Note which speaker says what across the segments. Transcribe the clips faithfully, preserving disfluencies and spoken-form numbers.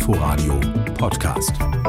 Speaker 1: Inforadio Podcast.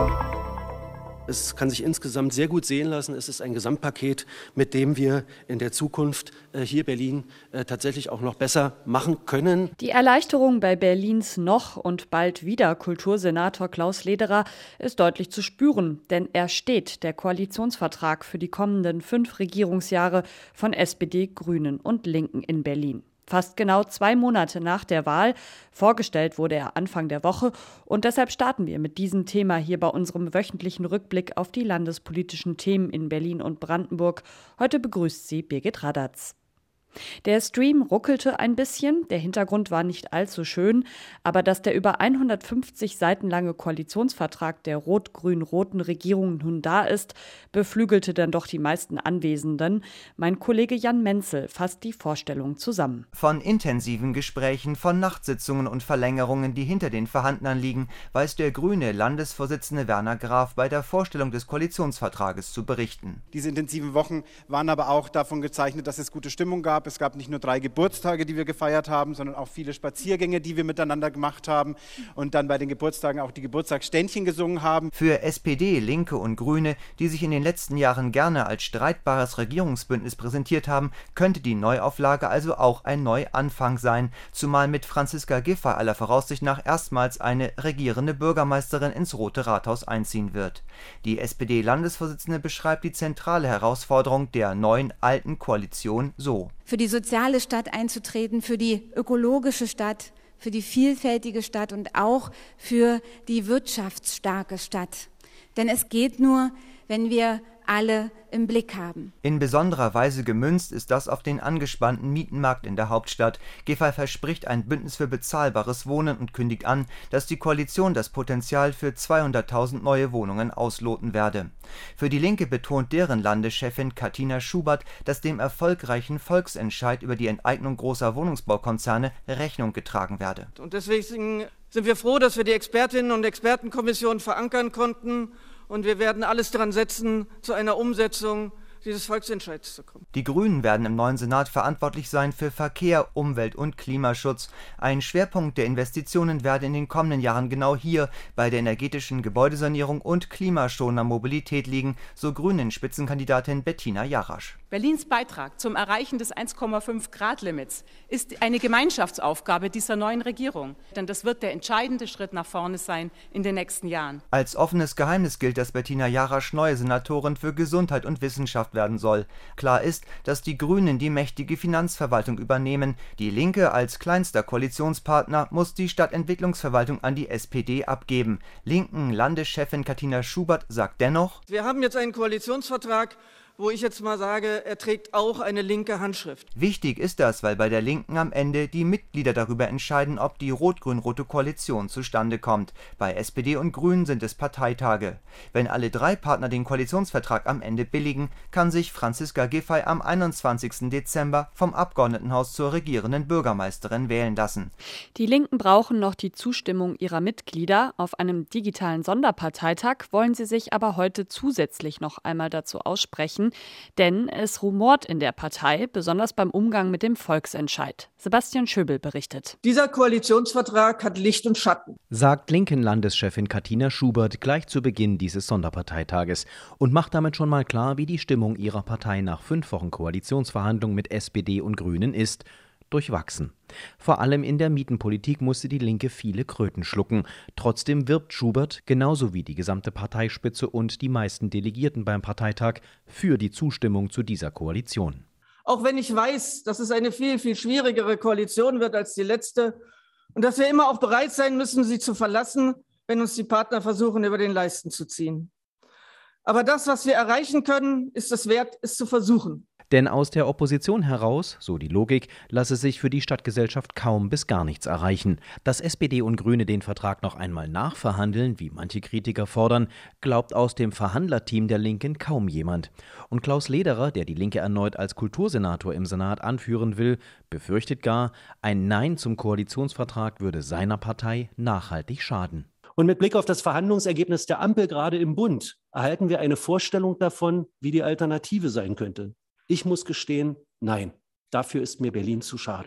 Speaker 2: Es kann sich insgesamt sehr gut sehen lassen. Es ist ein Gesamtpaket, mit dem wir in der Zukunft äh, hier Berlin äh, tatsächlich auch noch besser machen können.
Speaker 3: Die Erleichterung bei Berlins noch und bald wieder Kultursenator Klaus Lederer ist deutlich zu spüren, denn er steht der Koalitionsvertrag für die kommenden fünf Regierungsjahre von S P D, Grünen und Linken in Berlin. Fast genau zwei Monate nach der Wahl. Vorgestellt wurde er Anfang der Woche. Und deshalb starten wir mit diesem Thema hier bei unserem wöchentlichen Rückblick auf die landespolitischen Themen in Berlin und Brandenburg. Heute begrüßt sie Birgit Radatz. Der Stream ruckelte ein bisschen, der Hintergrund war nicht allzu schön, aber dass der über hundertfünfzig Seiten lange Koalitionsvertrag der rot-grün-roten Regierung nun da ist, beflügelte dann doch die meisten Anwesenden. Mein Kollege Jan Menzel fasst die Vorstellung zusammen.
Speaker 4: Von intensiven Gesprächen, von Nachtsitzungen und Verlängerungen, die hinter den Verhandlern liegen, weiß der grüne Landesvorsitzende Werner Graf bei der Vorstellung des Koalitionsvertrages zu berichten.
Speaker 5: Diese intensiven Wochen waren aber auch davon gezeichnet, dass es gute Stimmung gab. Es gab nicht nur drei Geburtstage, die wir gefeiert haben, sondern auch viele Spaziergänge, die wir miteinander gemacht haben und dann bei den Geburtstagen auch die Geburtstagsständchen gesungen haben.
Speaker 4: Für S P D, Linke und Grüne, die sich in den letzten Jahren gerne als streitbares Regierungsbündnis präsentiert haben, könnte die Neuauflage also auch ein Neuanfang sein, zumal mit Franziska Giffey aller Voraussicht nach erstmals eine regierende Bürgermeisterin ins Rote Rathaus einziehen wird. Die S P D-Landesvorsitzende beschreibt die zentrale Herausforderung der neuen alten Koalition so:
Speaker 6: Für die soziale Stadt einzutreten, für die ökologische Stadt, für die vielfältige Stadt und auch für die wirtschaftsstarke Stadt. Denn es geht nur, wenn wir alle im Blick haben.
Speaker 4: In besonderer Weise gemünzt ist das auf den angespannten Mietenmarkt in der Hauptstadt. Giffey verspricht ein Bündnis für bezahlbares Wohnen und kündigt an, dass die Koalition das Potenzial für zweihunderttausend neue Wohnungen ausloten werde. Für die Linke betont deren Landeschefin Katina Schubert, dass dem erfolgreichen Volksentscheid über die Enteignung großer Wohnungsbaukonzerne Rechnung getragen werde.
Speaker 7: Und deswegen sind wir froh, dass wir die Expertinnen und Expertenkommission verankern konnten. Und wir werden alles daran setzen, zu einer Umsetzung dieses Volksentscheids zu kommen.
Speaker 4: Die Grünen werden im neuen Senat verantwortlich sein für Verkehr, Umwelt und Klimaschutz. Ein Schwerpunkt der Investitionen werde in den kommenden Jahren genau hier bei der energetischen Gebäudesanierung und klimaschonender Mobilität liegen, so Grünen-Spitzenkandidatin Bettina Jarasch.
Speaker 8: Berlins Beitrag zum Erreichen des eins Komma fünf Grad Limits ist eine Gemeinschaftsaufgabe dieser neuen Regierung. Denn das wird der entscheidende Schritt nach vorne sein in den nächsten Jahren.
Speaker 4: Als offenes Geheimnis gilt, dass Bettina Jarasch neue Senatorin für Gesundheit und Wissenschaft werden soll. Klar ist, dass die Grünen die mächtige Finanzverwaltung übernehmen. Die Linke als kleinster Koalitionspartner muss die Stadtentwicklungsverwaltung an die S P D abgeben. Linken Landeschefin Katina Schubert sagt dennoch:
Speaker 7: Wir haben jetzt einen Koalitionsvertrag, wo ich jetzt mal sage, er trägt auch eine linke Handschrift.
Speaker 4: Wichtig ist das, weil bei der Linken am Ende die Mitglieder darüber entscheiden, ob die rot-grün-rote Koalition zustande kommt. Bei S P D und Grünen sind es Parteitage. Wenn alle drei Partner den Koalitionsvertrag am Ende billigen, kann sich Franziska Giffey am einundzwanzigsten Dezember vom Abgeordnetenhaus zur regierenden Bürgermeisterin wählen lassen.
Speaker 3: Die Linken brauchen noch die Zustimmung ihrer Mitglieder. Auf einem digitalen Sonderparteitag wollen sie sich aber heute zusätzlich noch einmal dazu aussprechen. Denn es rumort in der Partei, besonders beim Umgang mit dem Volksentscheid. Sebastian Schöbel berichtet.
Speaker 7: Dieser Koalitionsvertrag hat Licht und Schatten,
Speaker 9: sagt Linken-Landeschefin Katina Schubert gleich zu Beginn dieses Sonderparteitages und macht damit schon mal klar, wie die Stimmung ihrer Partei nach fünf Wochen Koalitionsverhandlungen mit S P D und Grünen ist: durchwachsen. Vor allem in der Mietenpolitik musste die Linke viele Kröten schlucken. Trotzdem wirbt Schubert, genauso wie die gesamte Parteispitze und die meisten Delegierten beim Parteitag, für die Zustimmung zu dieser Koalition.
Speaker 7: auch wenn ich weiß, dass es eine viel, viel schwierigere Koalition wird als die letzte und dass wir immer auch bereit sein müssen, sie zu verlassen, wenn uns die Partner versuchen, über den Leisten zu ziehen. Aber das, was wir erreichen können, ist es wert, es zu versuchen.
Speaker 9: Denn aus der Opposition heraus, so die Logik, lasse sich für die Stadtgesellschaft kaum bis gar nichts erreichen. Dass S P D und Grüne den Vertrag noch einmal nachverhandeln, wie manche Kritiker fordern, glaubt aus dem Verhandlerteam der Linken kaum jemand. Und Klaus Lederer, der die Linke erneut als Kultursenator im Senat anführen will, befürchtet gar, ein Nein zum Koalitionsvertrag würde seiner Partei nachhaltig schaden.
Speaker 2: Und mit Blick auf das Verhandlungsergebnis der Ampel gerade im Bund erhalten wir eine Vorstellung davon, wie die Alternative sein könnte. Ich muss gestehen, nein, dafür ist mir Berlin zu schade.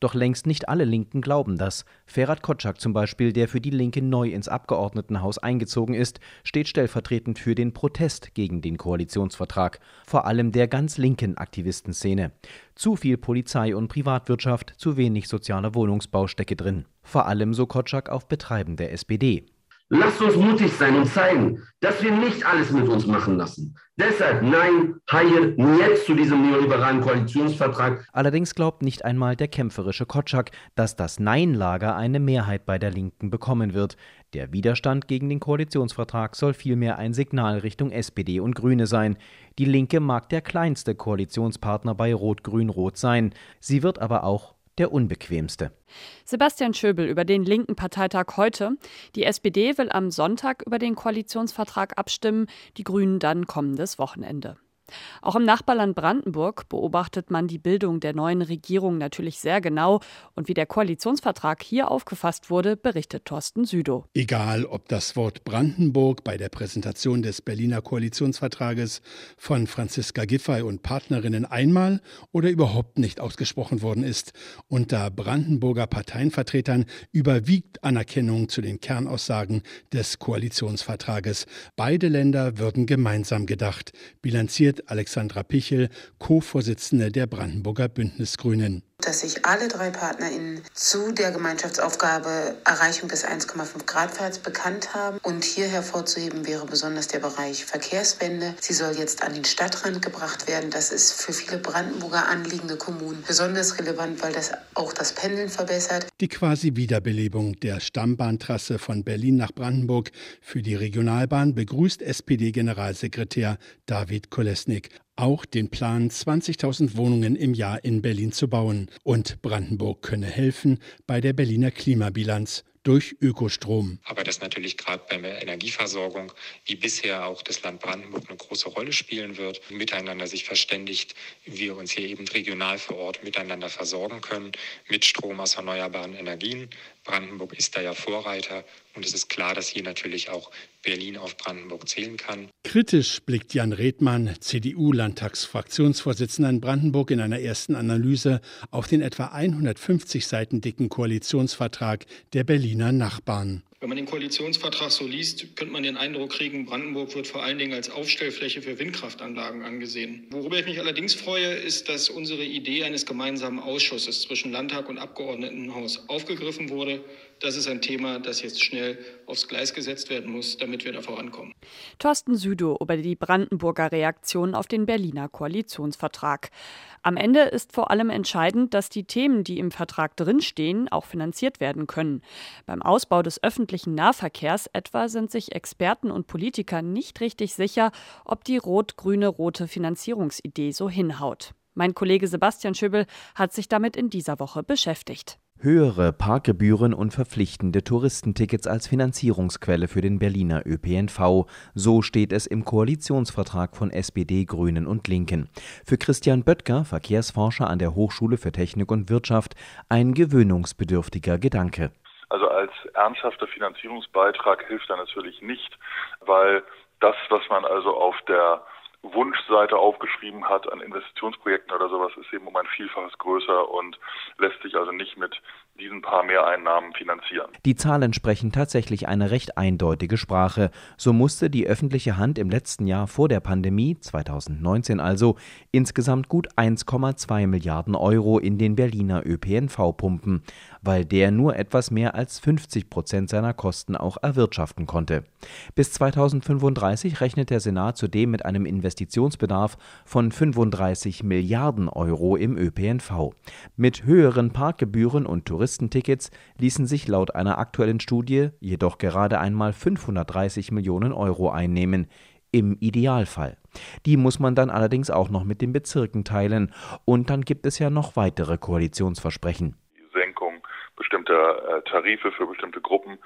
Speaker 9: Doch längst nicht alle Linken glauben das. Ferhat Kotschak zum Beispiel, der für die Linke neu ins Abgeordnetenhaus eingezogen ist, steht stellvertretend für den Protest gegen den Koalitionsvertrag. Vor allem der ganz linken Aktivistenszene. Zu viel Polizei und Privatwirtschaft, zu wenig sozialer Wohnungsbau stecke drin. Vor allem, so Kotschak, auf Betreiben der S P D.
Speaker 10: Lasst uns mutig sein und zeigen, dass wir nicht alles mit uns machen lassen. Deshalb nein, heil, jetzt zu diesem neoliberalen Koalitionsvertrag.
Speaker 9: Allerdings glaubt nicht einmal der kämpferische Kotschak, dass das Nein-Lager eine Mehrheit bei der Linken bekommen wird. Der Widerstand gegen den Koalitionsvertrag soll vielmehr ein Signal Richtung S P D und Grüne sein. Die Linke mag der kleinste Koalitionspartner bei Rot-Grün-Rot sein. Sie wird aber auch der unbequemste.
Speaker 3: Sebastian Schöbel über den linken Parteitag heute. Die S P D will am Sonntag über den Koalitionsvertrag abstimmen, die Grünen dann kommendes Wochenende. Auch im Nachbarland Brandenburg beobachtet man die Bildung der neuen Regierung natürlich sehr genau. Und wie der Koalitionsvertrag hier aufgefasst wurde, berichtet Thorsten Südow.
Speaker 11: Egal, ob das Wort Brandenburg bei der Präsentation des Berliner Koalitionsvertrages von Franziska Giffey und Partnerinnen einmal oder überhaupt nicht ausgesprochen worden ist, unter Brandenburger Parteienvertretern überwiegt Anerkennung zu den Kernaussagen des Koalitionsvertrages. Beide Länder würden gemeinsam gedacht, bilanziert Alexandra Pichel, Co-Vorsitzende der Brandenburger Bündnisgrünen.
Speaker 12: Dass sich alle drei PartnerInnen zu der Gemeinschaftsaufgabe Erreichung des eins Komma fünf Grad Pfads bekannt haben. Und hier hervorzuheben wäre besonders der Bereich Verkehrswende. Sie soll jetzt an den Stadtrand gebracht werden. Das ist für viele Brandenburger anliegende Kommunen besonders relevant, weil das auch das Pendeln verbessert.
Speaker 11: Die quasi Wiederbelebung der Stammbahntrasse von Berlin nach Brandenburg für die Regionalbahn begrüßt S P D-Generalsekretär David Kolesnik. Auch den Plan, zwanzigtausend Wohnungen im Jahr in Berlin zu bauen. Und Brandenburg könne helfen bei der Berliner Klimabilanz durch Ökostrom.
Speaker 13: Aber dass natürlich gerade bei der Energieversorgung wie bisher auch das Land Brandenburg eine große Rolle spielen wird, miteinander sich verständigt, wie wir uns hier eben regional vor Ort miteinander versorgen können mit Strom aus erneuerbaren Energien. Brandenburg ist da ja Vorreiter und es ist klar, dass hier natürlich auch Berlin auf Brandenburg zählen kann.
Speaker 11: Kritisch blickt Jan Redmann, C D U-Landtagsfraktionsvorsitzender in Brandenburg, in einer ersten Analyse auf den etwa hundertfünfzig Seiten dicken Koalitionsvertrag der Berliner Nachbarn.
Speaker 14: Wenn man den Koalitionsvertrag so liest, könnte man den Eindruck kriegen, Brandenburg wird vor allen Dingen als Aufstellfläche für Windkraftanlagen angesehen. Worüber ich mich allerdings freue, ist, dass unsere Idee eines gemeinsamen Ausschusses zwischen Landtag und Abgeordnetenhaus aufgegriffen wurde. Das ist ein Thema, das jetzt schnell aufs Gleis gesetzt werden muss, damit wir da vorankommen.
Speaker 3: Thorsten Südow über die Brandenburger Reaktion auf den Berliner Koalitionsvertrag. Am Ende ist vor allem entscheidend, dass die Themen, die im Vertrag drinstehen, auch finanziert werden können. Beim Ausbau des öffentlichen Nahverkehrs etwa sind sich Experten und Politiker nicht richtig sicher, ob die rot-grüne-rote Finanzierungsidee so hinhaut. Mein Kollege Sebastian Schöbel hat sich damit in dieser Woche beschäftigt.
Speaker 9: Höhere Parkgebühren und verpflichtende Touristentickets als Finanzierungsquelle für den Berliner Ö P N V. So steht es im Koalitionsvertrag von S P D, Grünen und Linken. Für Christian Böttger, Verkehrsforscher an der Hochschule für Technik und Wirtschaft, ein gewöhnungsbedürftiger Gedanke.
Speaker 15: Also als ernsthafter Finanzierungsbeitrag hilft er natürlich nicht, weil das, was man also auf der Wunschseite aufgeschrieben hat an Investitionsprojekten oder sowas, ist eben um ein Vielfaches größer und lässt sich also nicht mit diesen paar Mehreinnahmen finanzieren.
Speaker 9: Die Zahlen sprechen tatsächlich eine recht eindeutige Sprache. So musste die öffentliche Hand im letzten Jahr vor der Pandemie, zweitausendneunzehn also, insgesamt gut eins Komma zwei Milliarden Euro in den Berliner Ö P N V pumpen, weil der nur etwas mehr als fünfzig Prozent seiner Kosten auch erwirtschaften konnte. Bis zweitausendfünfunddreißig rechnet der Senat zudem mit einem Investitionsbedarf von fünfunddreißig Milliarden Euro im Ö P N V. Mit höheren Parkgebühren und Touristentickets ließen sich laut einer aktuellen Studie jedoch gerade einmal fünfhundertdreißig Millionen Euro einnehmen. Im Idealfall. Die muss man dann allerdings auch noch mit den Bezirken teilen. Und dann gibt es ja noch weitere Koalitionsversprechen.
Speaker 15: Senkung bestimmter Tarife für bestimmte Gruppen.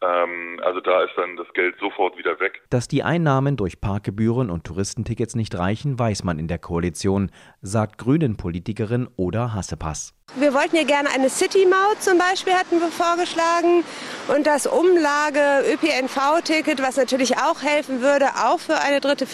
Speaker 15: Also da ist dann das Geld sofort wieder weg.
Speaker 9: Dass die Einnahmen durch Parkgebühren und Touristentickets nicht reichen, weiß man in der Koalition, sagt Grünen-Politikerin Oda Hassepass.
Speaker 16: Wir wollten ja gerne eine City-Maut zum Beispiel, hatten wir vorgeschlagen. Und das Umlage-Ö P N V-Ticket, was natürlich auch helfen würde, auch für eine dritte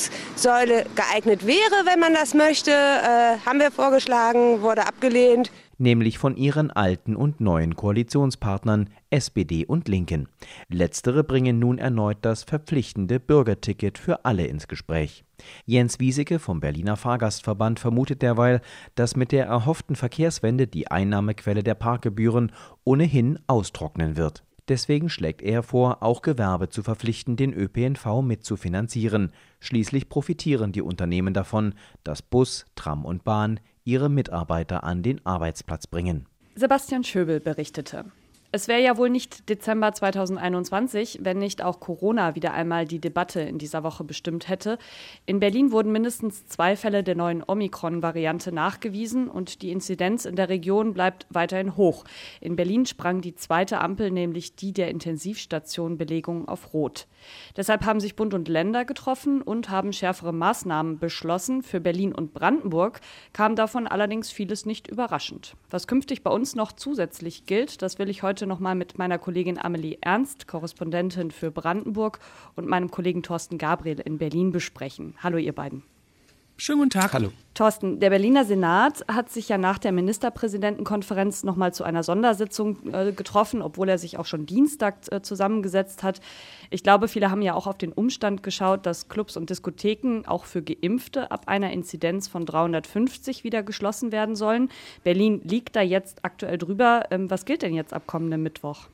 Speaker 16: Finanzierungssäule geeignet wäre, wenn man das möchte, äh, haben wir vorgeschlagen, wurde abgelehnt.
Speaker 9: nämlich von ihren alten und neuen Koalitionspartnern S P D und Linken. Letztere bringen nun erneut das verpflichtende Bürgerticket für alle ins Gespräch. Jens Wieseke vom Berliner Fahrgastverband vermutet derweil, dass mit der erhofften Verkehrswende die Einnahmequelle der Parkgebühren ohnehin austrocknen wird. Deswegen schlägt er vor, auch Gewerbe zu verpflichten, den Ö P N V mitzufinanzieren. Schließlich profitieren die Unternehmen davon, dass Bus, Tram und Bahn ihre Mitarbeiter an den Arbeitsplatz bringen.
Speaker 3: Sebastian Schöbel berichtete. Es wäre ja wohl nicht Dezember zweitausendeinundzwanzig, wenn nicht auch Corona wieder einmal die Debatte in dieser Woche bestimmt hätte. In Berlin wurden mindestens zwei Fälle der neuen Omikron-Variante nachgewiesen und die Inzidenz in der Region bleibt weiterhin hoch. In Berlin sprang die zweite Ampel, nämlich die der Intensivstationenbelegung, auf Rot. Deshalb haben sich Bund und Länder getroffen und haben schärfere Maßnahmen beschlossen. Für Berlin und Brandenburg kam davon allerdings vieles nicht überraschend. Was künftig bei uns noch zusätzlich gilt, das will ich heute noch mal mit meiner Kollegin Amelie Ernst, Korrespondentin für Brandenburg, und meinem Kollegen Thorsten Gabriel in Berlin besprechen. Hallo ihr beiden.
Speaker 17: Schönen guten Tag.
Speaker 3: Hallo. Thorsten, der Berliner Senat hat sich ja nach der Ministerpräsidentenkonferenz noch mal zu einer Sondersitzung äh, getroffen, obwohl er sich auch schon Dienstag äh, zusammengesetzt hat. Ich glaube, viele haben ja auch auf den Umstand geschaut, dass Clubs und Diskotheken auch für Geimpfte ab einer Inzidenz von dreihundertfünfzig wieder geschlossen werden sollen. Berlin liegt da jetzt aktuell drüber. Ähm, was gilt denn jetzt ab kommendem Mittwoch?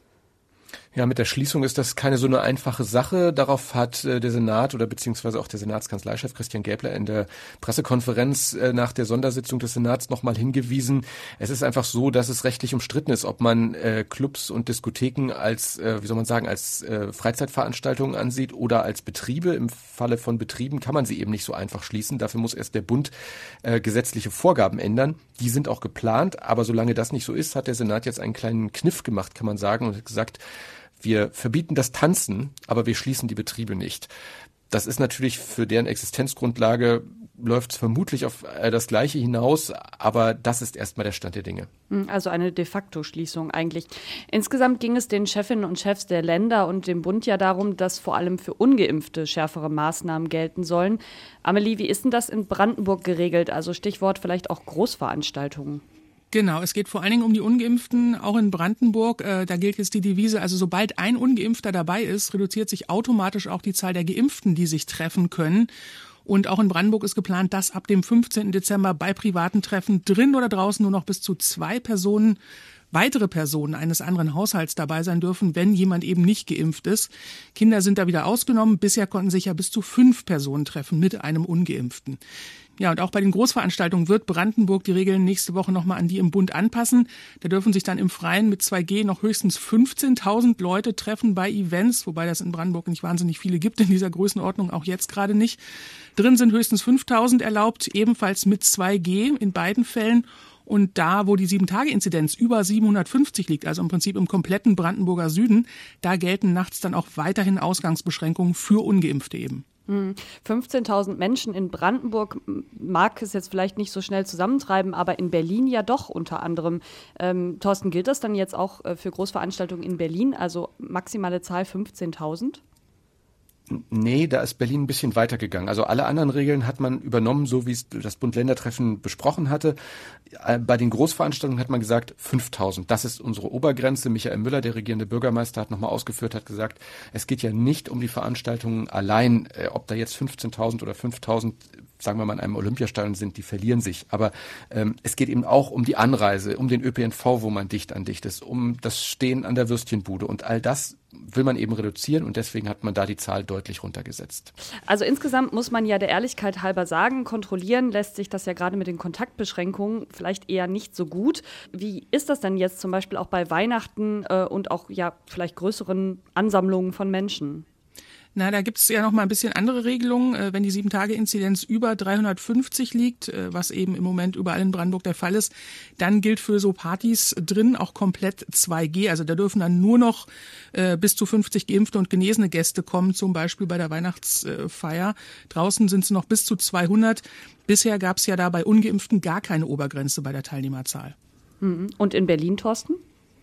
Speaker 17: Ja, mit der Schließung ist das keine so eine einfache Sache. Darauf hat äh, der Senat oder beziehungsweise auch der Senatskanzleichef Christian Gäbler in der Pressekonferenz äh, nach der Sondersitzung des Senats nochmal hingewiesen. Es ist einfach so, dass es rechtlich umstritten ist, ob man äh, Clubs und Diskotheken als, äh, wie soll man sagen, als äh, Freizeitveranstaltungen ansieht oder als Betriebe. Im Falle von Betrieben kann man sie eben nicht so einfach schließen. Dafür muss erst der Bund äh, gesetzliche Vorgaben ändern. Die sind auch geplant, aber solange das nicht so ist, hat der Senat jetzt einen kleinen Kniff gemacht, kann man sagen, und hat gesagt, wir verbieten das Tanzen, aber wir schließen die Betriebe nicht. Das ist natürlich für deren Existenzgrundlage, läuft es vermutlich auf das Gleiche hinaus, aber das ist erstmal der Stand der Dinge.
Speaker 3: Also eine de facto Schließung eigentlich. Insgesamt ging es den Chefinnen und Chefs der Länder und dem Bund ja darum, dass vor allem für Ungeimpfte schärfere Maßnahmen gelten sollen. Amelie, wie ist denn das in Brandenburg geregelt? Also Stichwort vielleicht auch Großveranstaltungen.
Speaker 17: Genau, es geht vor allen Dingen um die Ungeimpften, auch in Brandenburg. Äh, da gilt jetzt die Devise, also sobald ein Ungeimpfter dabei ist, reduziert sich automatisch auch die Zahl der Geimpften, die sich treffen können. Und auch in Brandenburg ist geplant, dass ab dem fünfzehnten Dezember bei privaten Treffen drin oder draußen nur noch bis zu zwei Personen, weitere Personen eines anderen Haushalts dabei sein dürfen, wenn jemand eben nicht geimpft ist. Kinder sind da wieder ausgenommen. Bisher konnten sich ja bis zu fünf Personen treffen mit einem Ungeimpften. Ja, und auch bei den Großveranstaltungen wird Brandenburg die Regeln nächste Woche nochmal an die im Bund anpassen. Da dürfen sich dann im Freien mit zwei G noch höchstens fünfzehntausend Leute treffen bei Events, wobei das in Brandenburg nicht wahnsinnig viele gibt in dieser Größenordnung, auch jetzt gerade nicht. Drin sind höchstens fünftausend erlaubt, ebenfalls mit zwei G in beiden Fällen. Und da, wo die sieben-Tage-Inzidenz über siebenhundertfünfzig liegt, also im Prinzip im kompletten Brandenburger Süden, da gelten nachts dann auch weiterhin Ausgangsbeschränkungen für Ungeimpfte eben.
Speaker 3: fünfzehntausend Menschen in Brandenburg mag es jetzt vielleicht nicht so schnell zusammentreiben, aber in Berlin ja doch unter anderem. Ähm, Thorsten, gilt das dann jetzt auch für Großveranstaltungen in Berlin, also maximale Zahl fünfzehntausend?
Speaker 17: Nee, da ist Berlin ein bisschen weitergegangen. Also alle anderen Regeln hat man übernommen, so wie es das Bund-Länder-Treffen besprochen hatte. Bei den Großveranstaltungen hat man gesagt fünftausend. Das ist unsere Obergrenze. Michael Müller, der regierende Bürgermeister, hat nochmal ausgeführt, hat gesagt, es geht ja nicht um die Veranstaltungen allein, ob da jetzt fünfzehntausend oder fünftausend, sagen wir mal, in einem Olympiastadion sind, die verlieren sich. Aber ähm, es geht eben auch um die Anreise, um den Ö P N V, wo man dicht an dicht ist, um das Stehen an der Würstchenbude. Und all das will man eben reduzieren und deswegen hat man da die Zahl deutlich runtergesetzt.
Speaker 3: Also insgesamt muss man ja der Ehrlichkeit halber sagen, kontrollieren lässt sich das ja gerade mit den Kontaktbeschränkungen vielleicht eher nicht so gut. Wie ist das denn jetzt zum Beispiel auch bei Weihnachten äh, und auch ja vielleicht größeren Ansammlungen von Menschen?
Speaker 17: Na, da gibt's ja noch mal ein bisschen andere Regelungen. Wenn die sieben-Tage-Inzidenz über dreihundertfünfzig liegt, was eben im Moment überall in Brandenburg der Fall ist, dann gilt für so Partys drin auch komplett zwei G. Also da dürfen dann nur noch äh, bis zu fünfzig geimpfte und genesene Gäste kommen, zum Beispiel bei der Weihnachtsfeier. Draußen sind es noch bis zu zweihundert. Bisher gab's ja da bei Ungeimpften gar keine Obergrenze bei der Teilnehmerzahl.
Speaker 3: Und in Berlin, Thorsten?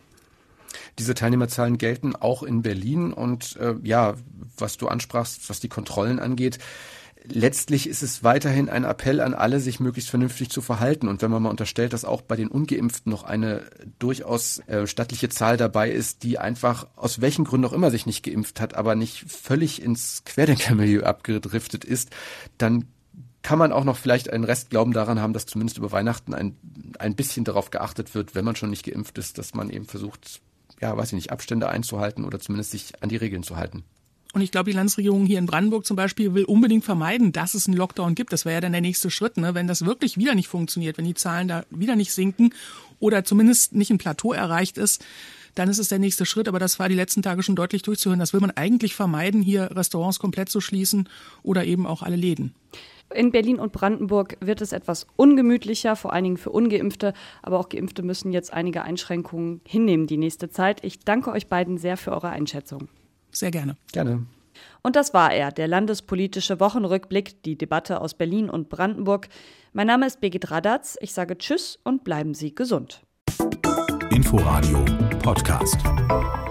Speaker 17: Diese Teilnehmerzahlen gelten auch in Berlin und äh, ja, was du ansprachst, was die Kontrollen angeht,
Speaker 18: letztlich ist es weiterhin ein Appell an alle, sich möglichst vernünftig zu verhalten. Und wenn man mal unterstellt, dass auch bei den Ungeimpften noch eine durchaus äh, stattliche Zahl dabei ist, die einfach aus welchen Gründen auch immer sich nicht geimpft hat, aber nicht völlig ins Querdenkermilieu abgedriftet ist, dann kann man auch noch vielleicht einen Restglauben daran haben, dass zumindest über Weihnachten ein, ein bisschen darauf geachtet wird, wenn man schon nicht geimpft ist, dass man eben versucht, ja, weiß ich nicht, Abstände einzuhalten oder zumindest sich an die Regeln zu halten.
Speaker 17: Und ich glaube, die Landesregierung hier in Brandenburg zum Beispiel will unbedingt vermeiden, dass es einen Lockdown gibt. Das wäre ja dann der nächste Schritt, ne? Wenn das wirklich wieder nicht funktioniert, wenn die Zahlen da wieder nicht sinken oder zumindest nicht ein Plateau erreicht ist, dann ist es der nächste Schritt. Aber das war die letzten Tage schon deutlich durchzuhören. Das will man eigentlich vermeiden, hier Restaurants komplett zu schließen oder eben auch alle Läden.
Speaker 3: In Berlin und Brandenburg wird es etwas ungemütlicher, vor allen Dingen für Ungeimpfte. Aber auch Geimpfte müssen jetzt einige Einschränkungen hinnehmen die nächste Zeit. Ich danke euch beiden sehr für eure Einschätzung.
Speaker 17: Sehr gerne.
Speaker 18: Gerne.
Speaker 3: Und das war er, der landespolitische Wochenrückblick, die Debatte aus Berlin und Brandenburg. Mein Name ist Birgit Radatz. Ich sage Tschüss und bleiben Sie gesund.
Speaker 1: Inforadio Podcast.